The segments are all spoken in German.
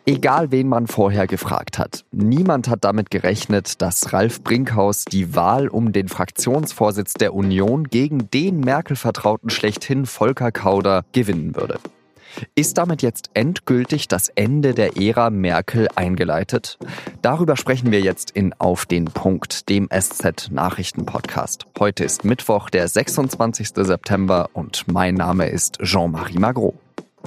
Egal, wen man vorher gefragt hat, niemand hat damit gerechnet, dass Ralf Brinkhaus die Wahl um den Fraktionsvorsitz der Union gegen den Merkel-Vertrauten schlechthin Volker Kauder gewinnen würde. Ist damit jetzt endgültig das Ende der Ära Merkel eingeleitet? Darüber sprechen wir jetzt in Auf den Punkt, dem SZ-Nachrichten-Podcast. Heute ist Mittwoch, der 26. September und mein Name ist Jean-Marie Magro.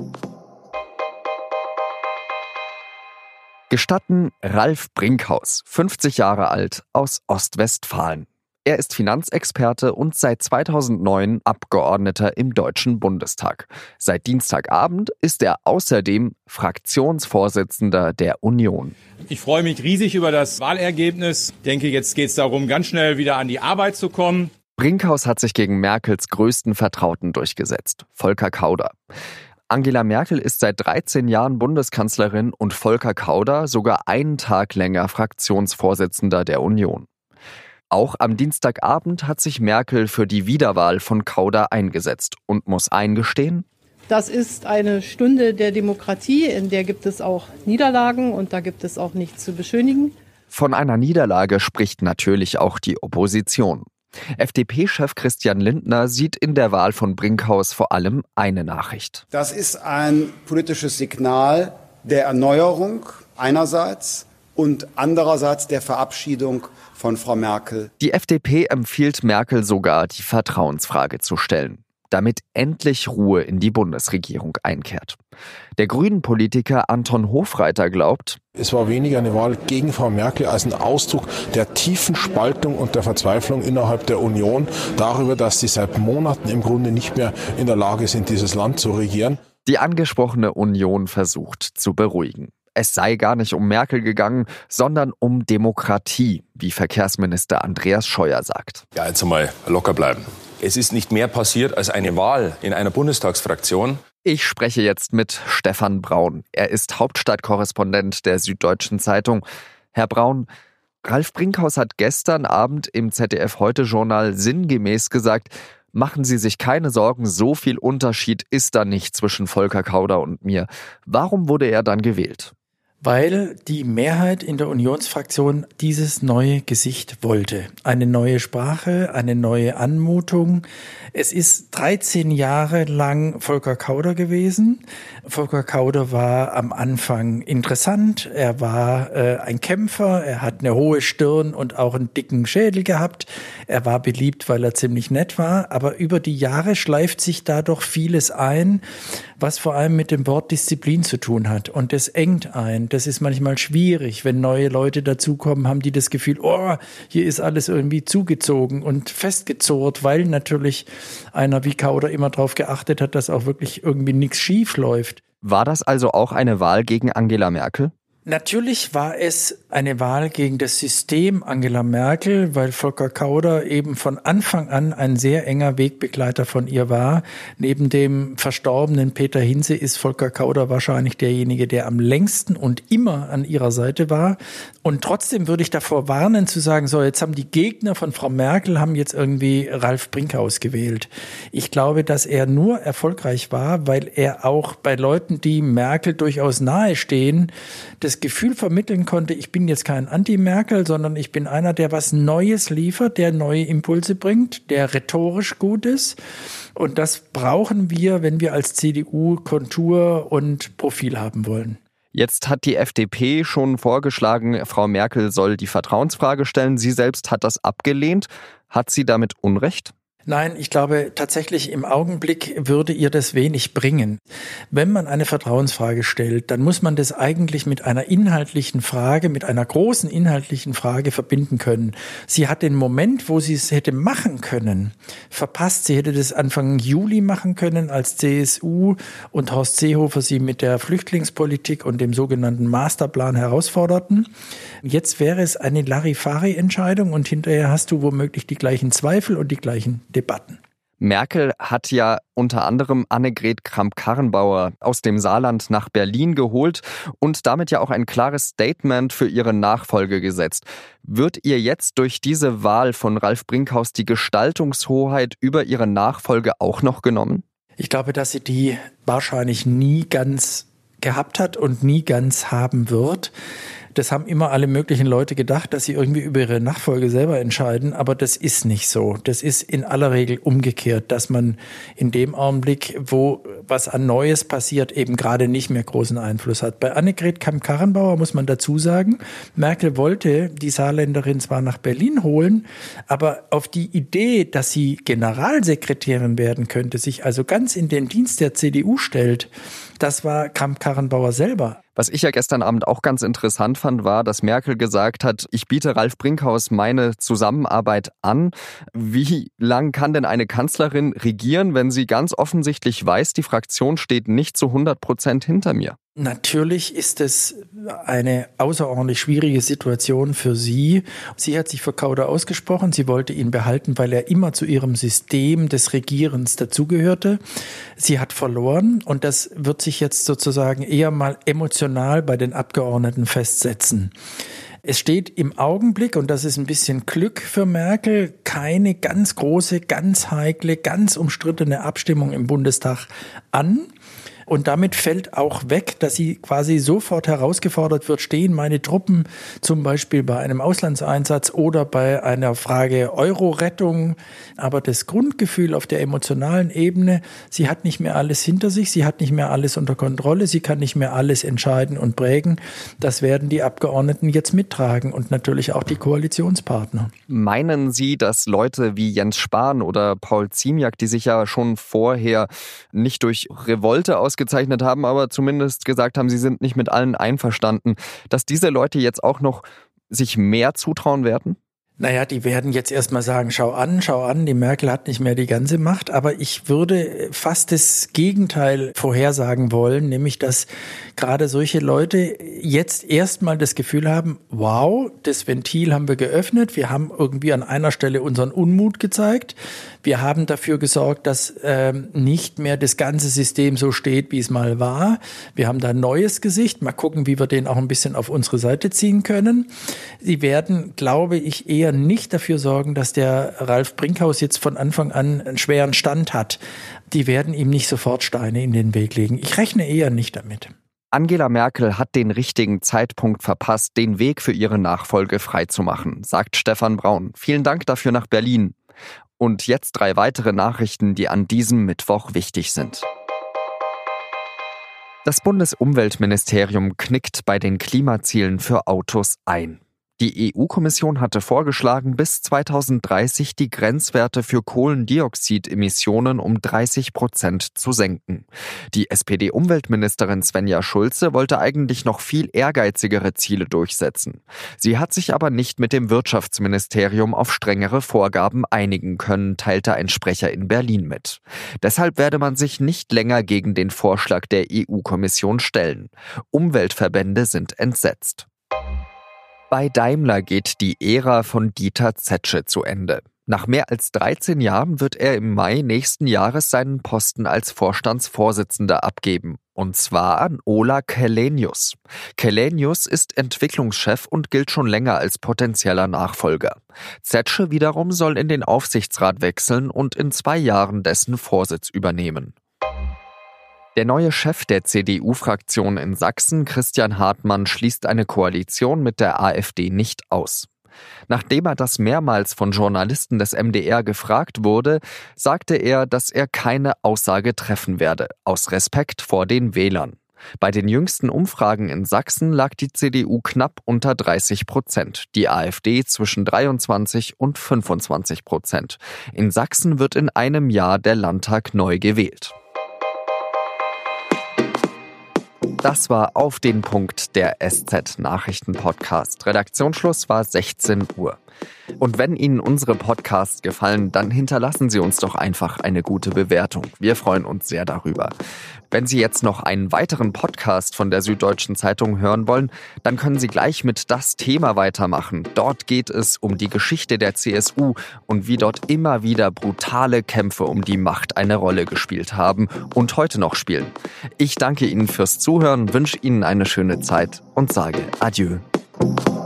Gestatten Ralf Brinkhaus, 50 Jahre alt, aus Ostwestfalen. Er ist Finanzexperte und seit 2009 Abgeordneter im Deutschen Bundestag. Seit Dienstagabend ist er außerdem Fraktionsvorsitzender der Union. Ich freue mich riesig über das Wahlergebnis. Ich denke, jetzt geht es darum, ganz schnell wieder an die Arbeit zu kommen. Brinkhaus hat sich gegen Merkels größten Vertrauten durchgesetzt, Volker Kauder. Angela Merkel ist seit 13 Jahren Bundeskanzlerin und Volker Kauder sogar einen Tag länger Fraktionsvorsitzender der Union. Auch am Dienstagabend hat sich Merkel für die Wiederwahl von Kauder eingesetzt und muss eingestehen: Das ist eine Stunde der Demokratie, in der gibt es auch Niederlagen und da gibt es auch nichts zu beschönigen. Von einer Niederlage spricht natürlich auch die Opposition. FDP-Chef Christian Lindner sieht in der Wahl von Brinkhaus vor allem eine Nachricht. Das ist ein politisches Signal der Erneuerung einerseits und andererseits der Verabschiedung von Frau Merkel. Die FDP empfiehlt Merkel sogar, die Vertrauensfrage zu stellen, damit endlich Ruhe in die Bundesregierung einkehrt. Der Grünen-Politiker Anton Hofreiter glaubt: Es war weniger eine Wahl gegen Frau Merkel als ein Ausdruck der tiefen Spaltung und der Verzweiflung innerhalb der Union darüber, dass sie seit Monaten im Grunde nicht mehr in der Lage sind, dieses Land zu regieren. Die angesprochene Union versucht zu beruhigen. Es sei gar nicht um Merkel gegangen, sondern um Demokratie, wie Verkehrsminister Andreas Scheuer sagt. Ja, jetzt einmal locker bleiben. Es ist nicht mehr passiert als eine Wahl in einer Bundestagsfraktion. Ich spreche jetzt mit Stefan Braun. Er ist Hauptstadtkorrespondent der Süddeutschen Zeitung. Herr Braun, Ralf Brinkhaus hat gestern Abend im ZDF-Heute-Journal sinngemäß gesagt: Machen Sie sich keine Sorgen, so viel Unterschied ist da nicht zwischen Volker Kauder und mir. Warum wurde er dann gewählt? Weil die Mehrheit in der Unionsfraktion dieses neue Gesicht wollte. Eine neue Sprache, eine neue Anmutung. Es ist 13 Jahre lang Volker Kauder gewesen. Volker Kauder war am Anfang interessant. Er war ein Kämpfer. Er hat eine hohe Stirn und auch einen dicken Schädel gehabt. Er war beliebt, weil er ziemlich nett war. Aber über die Jahre schleift sich da doch vieles ein, was vor allem mit dem Wort Disziplin zu tun hat. Und das engt ein. Das ist manchmal schwierig, wenn neue Leute dazukommen, haben die das Gefühl, oh, hier ist alles irgendwie zugezogen und festgezurrt, weil natürlich einer wie Kauder immer darauf geachtet hat, dass auch wirklich irgendwie nichts schief läuft. War das also auch eine Wahl gegen Angela Merkel? Natürlich war es eine Wahl gegen das System Angela Merkel, weil Volker Kauder eben von Anfang an ein sehr enger Wegbegleiter von ihr war. Neben dem verstorbenen Peter Hinze ist Volker Kauder wahrscheinlich derjenige, der am längsten und immer an ihrer Seite war. Und trotzdem würde ich davor warnen zu sagen, so, jetzt haben die Gegner von Frau Merkel haben jetzt irgendwie Ralf Brinkhaus gewählt. Ich glaube, dass er nur erfolgreich war, weil er auch bei Leuten, die Merkel durchaus nahe stehen, das Gefühl vermitteln konnte, ich bin jetzt kein Anti-Merkel, sondern ich bin einer, der was Neues liefert, der neue Impulse bringt, der rhetorisch gut ist. Und das brauchen wir, wenn wir als CDU Kontur und Profil haben wollen. Jetzt hat die FDP schon vorgeschlagen, Frau Merkel soll die Vertrauensfrage stellen. Sie selbst hat das abgelehnt. Hat sie damit Unrecht? Nein, ich glaube tatsächlich im Augenblick würde ihr das wenig bringen. Wenn man eine Vertrauensfrage stellt, dann muss man das eigentlich mit einer inhaltlichen Frage, mit einer großen inhaltlichen Frage verbinden können. Sie hat den Moment, wo sie es hätte machen können, verpasst. Sie hätte das Anfang Juli machen können, als CSU und Horst Seehofer sie mit der Flüchtlingspolitik und dem sogenannten Masterplan herausforderten. Jetzt wäre es eine Larifari-Entscheidung und hinterher hast du womöglich die gleichen Zweifel und die gleichen Debatten. Merkel hat ja unter anderem Annegret Kramp-Karrenbauer aus dem Saarland nach Berlin geholt und damit ja auch ein klares Statement für ihre Nachfolge gesetzt. Wird ihr jetzt durch diese Wahl von Ralf Brinkhaus die Gestaltungshoheit über ihre Nachfolge auch noch genommen? Ich glaube, dass sie die wahrscheinlich nie ganz gehabt hat und nie ganz haben wird. Das haben immer alle möglichen Leute gedacht, dass sie irgendwie über ihre Nachfolge selber entscheiden, aber das ist nicht so. Das ist in aller Regel umgekehrt, dass man in dem Augenblick, wo was an Neues passiert, eben gerade nicht mehr großen Einfluss hat. Bei Annegret Kramp-Karrenbauer muss man dazu sagen, Merkel wollte die Saarländerin zwar nach Berlin holen, aber auf die Idee, dass sie Generalsekretärin werden könnte, sich also ganz in den Dienst der CDU stellt, das war Kramp-Karrenbauer selber. Was ich ja gestern Abend auch ganz interessant fand, war, dass Merkel gesagt hat, ich biete Ralf Brinkhaus meine Zusammenarbeit an. Wie lang kann denn eine Kanzlerin regieren, wenn sie ganz offensichtlich weiß, die Fraktion steht nicht zu 100% hinter mir? Natürlich ist es eine außerordentlich schwierige Situation für sie. Sie hat sich für Kauder ausgesprochen. Sie wollte ihn behalten, weil er immer zu ihrem System des Regierens dazugehörte. Sie hat verloren und das wird sich jetzt sozusagen eher mal emotional bei den Abgeordneten festsetzen. Es steht im Augenblick, und das ist ein bisschen Glück für Merkel, keine ganz große, ganz heikle, ganz umstrittene Abstimmung im Bundestag an. Und damit fällt auch weg, dass sie quasi sofort herausgefordert wird, stehen meine Truppen zum Beispiel bei einem Auslandseinsatz oder bei einer Frage Euro-Rettung. Aber das Grundgefühl auf der emotionalen Ebene, sie hat nicht mehr alles hinter sich, sie hat nicht mehr alles unter Kontrolle, sie kann nicht mehr alles entscheiden und prägen. Das werden die Abgeordneten jetzt mittragen und natürlich auch die Koalitionspartner. Meinen Sie, dass Leute wie Jens Spahn oder Paul Ziemiak, die sich ja schon vorher nicht durch Revolte ausgezeichnet haben, aber zumindest gesagt haben, sie sind nicht mit allen einverstanden, dass diese Leute jetzt auch noch sich mehr zutrauen werden? Naja, die werden jetzt erstmal sagen, schau an, die Merkel hat nicht mehr die ganze Macht. Aber ich würde fast das Gegenteil vorhersagen wollen, nämlich dass gerade solche Leute jetzt erstmal das Gefühl haben, wow, das Ventil haben wir geöffnet, wir haben irgendwie an einer Stelle unseren Unmut gezeigt, wir haben dafür gesorgt, dass nicht mehr das ganze System so steht, wie es mal war. Wir haben da ein neues Gesicht, mal gucken, wie wir den auch ein bisschen auf unsere Seite ziehen können. Sie werden, glaube ich, eher nicht dafür sorgen, dass der Ralf Brinkhaus jetzt von Anfang an einen schweren Stand hat. Die werden ihm nicht sofort Steine in den Weg legen. Ich rechne eher nicht damit. Angela Merkel hat den richtigen Zeitpunkt verpasst, den Weg für ihre Nachfolge freizumachen, sagt Stefan Braun. Vielen Dank dafür nach Berlin. Und jetzt 3 weitere Nachrichten, die an diesem Mittwoch wichtig sind. Das Bundesumweltministerium knickt bei den Klimazielen für Autos ein. Die EU-Kommission hatte vorgeschlagen, bis 2030 die Grenzwerte für Kohlendioxidemissionen um 30% zu senken. Die SPD-Umweltministerin Svenja Schulze wollte eigentlich noch viel ehrgeizigere Ziele durchsetzen. Sie hat sich aber nicht mit dem Wirtschaftsministerium auf strengere Vorgaben einigen können, teilte ein Sprecher in Berlin mit. Deshalb werde man sich nicht länger gegen den Vorschlag der EU-Kommission stellen. Umweltverbände sind entsetzt. Bei Daimler geht die Ära von Dieter Zetsche zu Ende. Nach mehr als 13 Jahren wird er im Mai nächsten Jahres seinen Posten als Vorstandsvorsitzender abgeben. Und zwar an Ola Källenius. Källenius ist Entwicklungschef und gilt schon länger als potenzieller Nachfolger. Zetsche wiederum soll in den Aufsichtsrat wechseln und in 2 Jahren dessen Vorsitz übernehmen. Der neue Chef der CDU-Fraktion in Sachsen, Christian Hartmann, schließt eine Koalition mit der AfD nicht aus. Nachdem er das mehrmals von Journalisten des MDR gefragt wurde, sagte er, dass er keine Aussage treffen werde, aus Respekt vor den Wählern. Bei den jüngsten Umfragen in Sachsen lag die CDU knapp unter 30%, die AfD zwischen 23% und 25%. In Sachsen wird in einem Jahr der Landtag neu gewählt. Das war Auf den Punkt, der SZ-Nachrichten-Podcast. Redaktionsschluss war 16 Uhr. Und wenn Ihnen unsere Podcasts gefallen, dann hinterlassen Sie uns doch einfach eine gute Bewertung. Wir freuen uns sehr darüber. Wenn Sie jetzt noch einen weiteren Podcast von der Süddeutschen Zeitung hören wollen, dann können Sie gleich mit Das Thema weitermachen. Dort geht es um die Geschichte der CSU und wie dort immer wieder brutale Kämpfe um die Macht eine Rolle gespielt haben und heute noch spielen. Ich danke Ihnen fürs Zuhören, wünsche Ihnen eine schöne Zeit und sage Adieu.